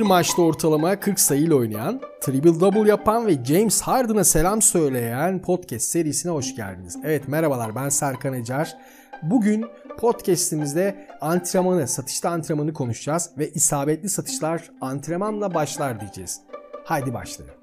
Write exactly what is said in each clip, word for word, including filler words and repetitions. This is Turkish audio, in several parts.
maçta ortalama kırk sayıyla oynayan, triple double yapan ve James Harden'a selam söyleyen podcast serisine hoş geldiniz. Evet, merhabalar, ben Serkan Ecar. Bugün podcastimizde antrenmanı, satışta antrenmanı konuşacağız ve isabetli satışlar antrenmanla başlar diyeceğiz. Haydi başlayalım.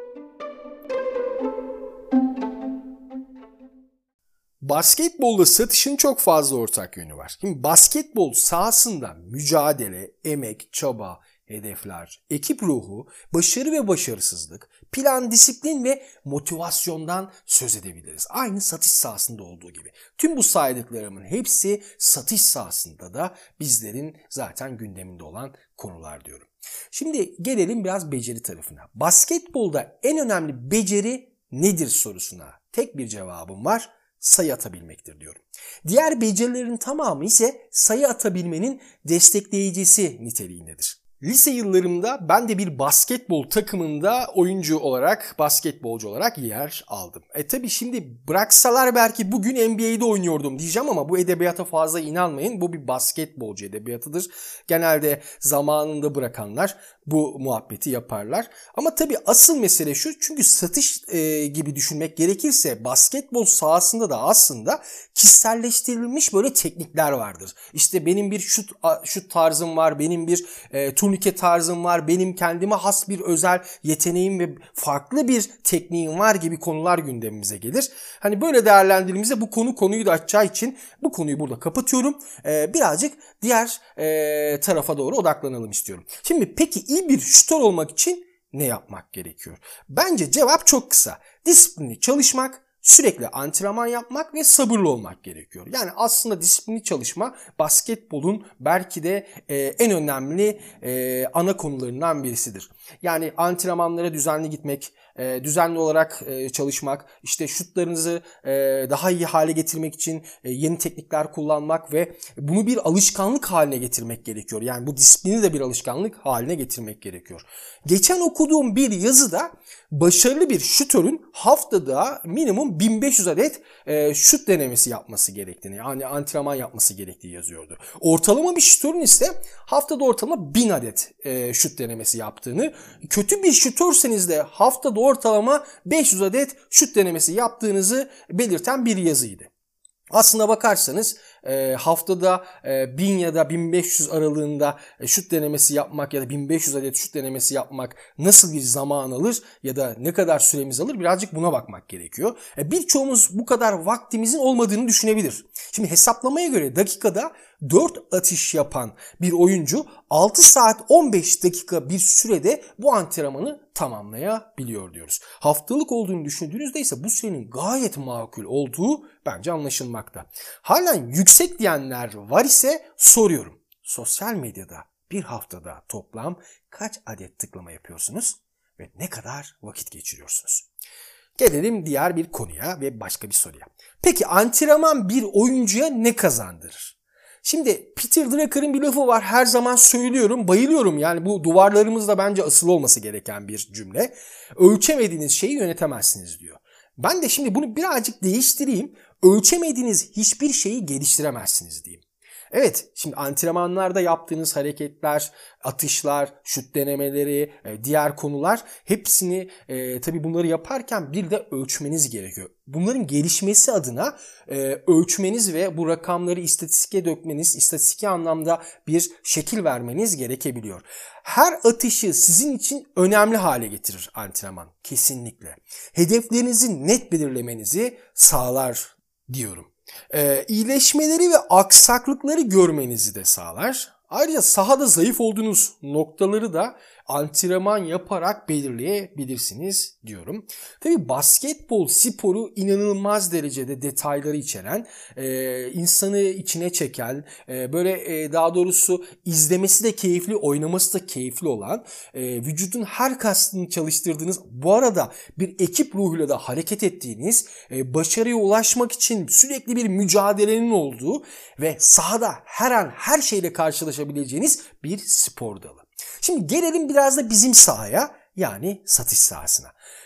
Basketbolda satışın çok fazla ortak yönü var. Şimdi basketbol sahasında mücadele, emek, çaba, hedefler, ekip ruhu, başarı ve başarısızlık, plan, disiplin ve motivasyondan söz edebiliriz. Aynı satış sahasında olduğu gibi. Tüm bu saydıklarımın hepsi satış sahasında da bizlerin zaten gündeminde olan konular diyorum. Şimdi gelelim biraz beceri tarafına. Basketbolda en önemli beceri nedir sorusuna tek bir cevabım var. Sayı atabilmektir diyorum. Diğer becerilerin tamamı ise sayı atabilmenin destekleyicisi niteliğindedir. Lise yıllarımda ben de bir basketbol takımında oyuncu olarak, basketbolcu olarak yer aldım. E tabi şimdi bıraksalar belki bugün N B A'de oynuyordum diyeceğim ama bu edebiyata fazla inanmayın. Bu bir basketbolcu edebiyatıdır. Genelde zamanında bırakanlar bu muhabbeti yaparlar. Ama tabii asıl mesele şu, çünkü satış e, gibi düşünmek gerekirse basketbol sahasında da aslında kişiselleştirilmiş böyle teknikler vardır. İşte benim bir şut şut tarzım var, benim bir e, turnike tarzım var, benim kendime has bir özel yeteneğim ve farklı bir tekniğim var gibi konular gündemimize gelir. Hani böyle değerlendirdiğimizde bu konu konuyu da açacağı için bu konuyu burada kapatıyorum. E, birazcık diğer e, tarafa doğru odaklanalım istiyorum. Şimdi peki iyi bir şutör olmak için ne yapmak gerekiyor? Bence cevap çok kısa. Disiplinli çalışmak, sürekli antrenman yapmak ve sabırlı olmak gerekiyor. Yani aslında disiplinli çalışma basketbolun belki de e, en önemli e, ana konularından birisidir. Yani antrenmanlara düzenli gitmek, e, düzenli olarak e, çalışmak, işte şutlarınızı e, daha iyi hale getirmek için e, yeni teknikler kullanmak ve bunu bir alışkanlık haline getirmek gerekiyor. Yani bu disiplini de bir alışkanlık haline getirmek gerekiyor. Geçen okuduğum bir yazıda başarılı bir şutörün haftada minimum bin beş yüz adet e, şut denemesi yapması gerektiğini, yani antrenman yapması gerektiği yazıyordu. Ortalama bir şutörün ise haftada ortalama bin adet e, şut denemesi yaptığını, kötü bir şutörseniz de haftada ortalama beş yüz adet şut denemesi yaptığınızı belirten bir yazıydı. Aslına bakarsanız e, haftada e, bin ya da bin beş yüz aralığında e, şut denemesi yapmak ya da bin beş yüz adet şut denemesi yapmak nasıl bir zaman alır ya da ne kadar süremiz alır, birazcık buna bakmak gerekiyor. E, birçoğumuz bu kadar vaktimizin olmadığını düşünebilir. Şimdi hesaplamaya göre dakikada dört atış yapan bir oyuncu altı saat on beş dakika bir sürede bu antrenmanı tamamlayabiliyor diyoruz. Haftalık olduğunu düşündüğünüzde ise bu sürenin gayet makul olduğu bence anlaşılmakta. Halen yüksek diyenler var ise soruyorum. Sosyal medyada bir haftada toplam kaç adet tıklama yapıyorsunuz ve ne kadar vakit geçiriyorsunuz? Gelelim diğer bir konuya ve başka bir soruya. Peki antrenman bir oyuncuya ne kazandırır? Şimdi Peter Drucker'ın bir lafı var, her zaman söylüyorum, bayılıyorum. Yani bu duvarlarımızda bence asılı olması gereken bir cümle. Ölçemediğiniz şeyi yönetemezsiniz diyor. Ben de şimdi bunu birazcık değiştireyim. Ölçemediğiniz hiçbir şeyi geliştiremezsiniz diyeyim. Evet, şimdi antrenmanlarda yaptığınız hareketler, atışlar, şut denemeleri, diğer konular, hepsini e, tabii bunları yaparken bir de ölçmeniz gerekiyor. Bunların gelişmesi adına e, ölçmeniz ve bu rakamları istatistiğe dökmeniz, istatistiki anlamda bir şekil vermeniz gerekebiliyor. Her atışı sizin için önemli hale getirir antrenman, kesinlikle. Hedeflerinizi net belirlemenizi sağlar diyorum. Ee, iyileşmeleri ve aksaklıkları görmenizi de sağlar. Ayrıca sahada zayıf olduğunuz noktaları da antrenman yaparak belirleyebilirsiniz diyorum. Tabii basketbol sporu inanılmaz derecede detayları içeren, e, insanı içine çeken, e, böyle e, daha doğrusu izlemesi de keyifli, oynaması da keyifli olan, e, vücudun her kasını çalıştırdığınız, bu arada bir ekip ruhuyla da hareket ettiğiniz, e, başarıya ulaşmak için sürekli bir mücadelenin olduğu ve sahada her an her şeyle karşılaşabileceğiniz bir spor dalı. Şimdi gelelim biraz da bizim sahaya, yani satış sahasına.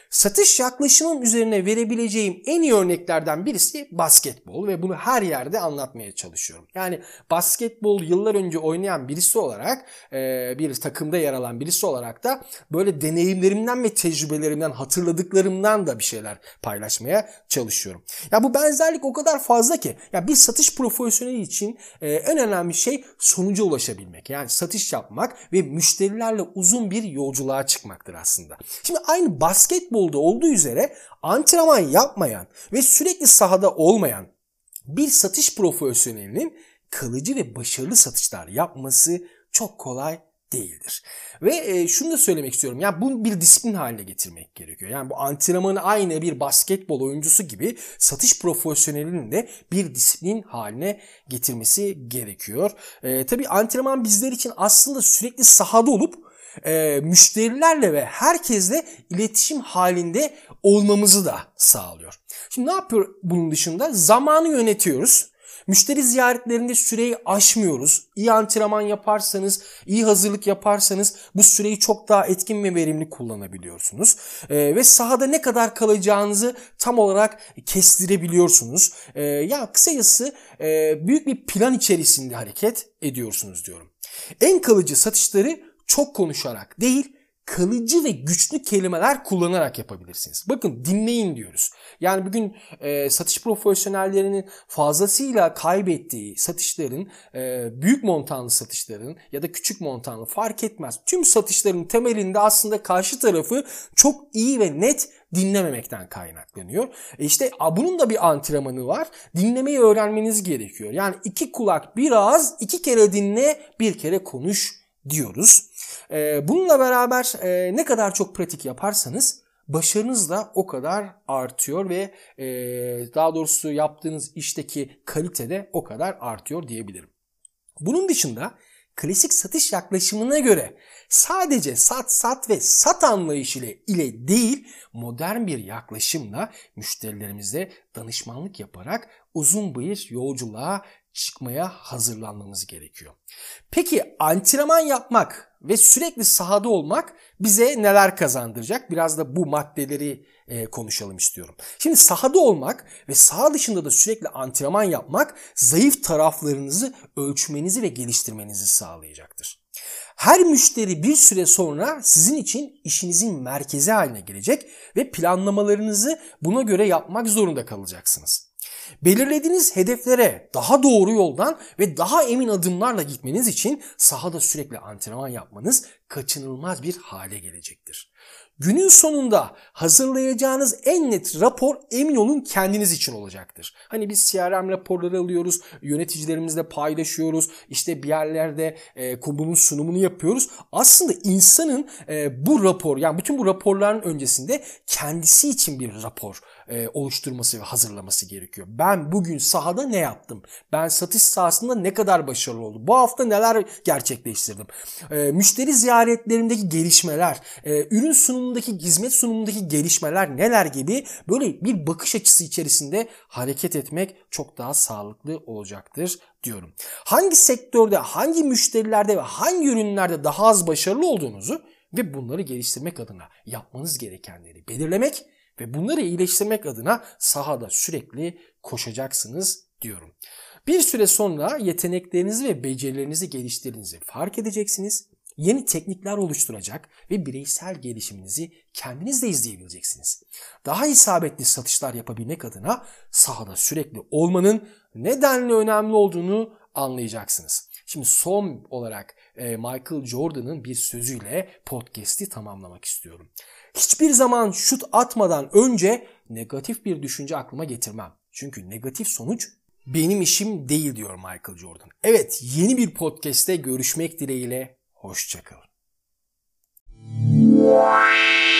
Satış yaklaşımım üzerine verebileceğim en iyi örneklerden birisi basketbol ve bunu her yerde anlatmaya çalışıyorum. Yani basketbol yıllar önce oynayan birisi olarak, bir takımda yer alan birisi olarak da böyle deneyimlerimden ve tecrübelerimden, hatırladıklarımdan da bir şeyler paylaşmaya çalışıyorum. Ya bu benzerlik o kadar fazla ki ya bir satış profesyoneli için en önemli şey sonuca ulaşabilmek. Yani satış yapmak ve müşterilerle uzun bir yolculuğa çıkmaktır aslında. Şimdi aynı basketbolda olduğu üzere antrenman yapmayan ve sürekli sahada olmayan bir satış profesyonelinin kalıcı ve başarılı satışlar yapması çok kolay değildir. Ve e, şunu da söylemek istiyorum. Yani bunu bir disiplin haline getirmek gerekiyor. Yani bu antrenmanı aynı bir basketbol oyuncusu gibi satış profesyonelinin de bir disiplin haline getirmesi gerekiyor. E, tabii antrenman bizler için aslında sürekli sahada olup e, müşterilerle ve herkesle iletişim halinde olmamızı da sağlıyor. Şimdi ne yapıyor bunun dışında? Zamanı yönetiyoruz. Müşteri ziyaretlerinde süreyi aşmıyoruz. İyi antrenman yaparsanız, iyi hazırlık yaparsanız bu süreyi çok daha etkin ve verimli kullanabiliyorsunuz. Ee, ve sahada ne kadar kalacağınızı tam olarak kestirebiliyorsunuz. Ee, yani kısacası e, büyük bir plan içerisinde hareket ediyorsunuz diyorum. En kalıcı satışları çok konuşarak değil, kalıcı ve güçlü kelimeler kullanarak yapabilirsiniz. Bakın dinleyin diyoruz. Yani bugün e, satış profesyonellerinin fazlasıyla kaybettiği satışların, e, büyük montanlı satışların ya da küçük montanlı fark etmez. Tüm satışların temelinde aslında karşı tarafı çok iyi ve net dinlememekten kaynaklanıyor. E işte bunun da bir antrenmanı var. Dinlemeyi öğrenmeniz gerekiyor. Yani iki kulak bir ağız, iki kere dinle, bir kere konuş diyoruz. Bununla beraber ne kadar çok pratik yaparsanız başarınız da o kadar artıyor ve daha doğrusu yaptığınız işteki kalite de o kadar artıyor diyebilirim. Bunun dışında klasik satış yaklaşımına göre sadece sat sat ve sat anlayışı ile, ile değil modern bir yaklaşımla müşterilerimize danışmanlık yaparak uzun bir yolculuğa çıkmaya hazırlanmamız gerekiyor. Peki antrenman yapmak ve sürekli sahada olmak bize neler kazandıracak? Biraz da bu maddeleri e, konuşalım istiyorum. Şimdi sahada olmak ve saha dışında da sürekli antrenman yapmak zayıf taraflarınızı ölçmenizi ve geliştirmenizi sağlayacaktır. Her müşteri bir süre sonra sizin için işinizin merkezi haline gelecek ve planlamalarınızı buna göre yapmak zorunda kalacaksınız. Belirlediğiniz hedeflere daha doğru yoldan ve daha emin adımlarla gitmeniz için sahada sürekli antrenman yapmanız kaçınılmaz bir hale gelecektir. Günün sonunda hazırlayacağınız en net rapor emin olun kendiniz için olacaktır. Hani biz C R M raporları alıyoruz, yöneticilerimizle paylaşıyoruz, işte bir yerlerde e, bunun sunumunu yapıyoruz. Aslında insanın e, bu rapor, yani bütün bu raporların öncesinde kendisi için bir rapor e, oluşturması ve hazırlaması gerekiyor. Ben bugün sahada ne yaptım? Ben satış sahasında ne kadar başarılı oldum? Bu hafta neler gerçekleştirdim? E, müşteri ziyaretlerimdeki gelişmeler, e, ürün sunumundaki, hizmet sunumundaki gelişmeler neler gibi böyle bir bakış açısı içerisinde hareket etmek çok daha sağlıklı olacaktır diyorum. Hangi sektörde, hangi müşterilerde ve hangi ürünlerde daha az başarılı olduğunuzu ve bunları geliştirmek adına yapmanız gerekenleri belirlemek ve bunları iyileştirmek adına sahada sürekli koşacaksınız diyorum. Bir süre sonra yeteneklerinizi ve becerilerinizi geliştirdiğinizi fark edeceksiniz. Yeni teknikler oluşturacak ve bireysel gelişiminizi kendiniz de izleyebileceksiniz. Daha isabetli satışlar yapabilmek adına sahada sürekli olmanın nedenli önemli olduğunu anlayacaksınız. Şimdi son olarak Michael Jordan'ın bir sözüyle podcast'i tamamlamak istiyorum. Hiçbir zaman şut atmadan önce negatif bir düşünce aklıma getirmem. Çünkü negatif sonuç benim işim değil diyor Michael Jordan. Evet, yeni bir podcast'te görüşmek dileğiyle. Hoşça kalın.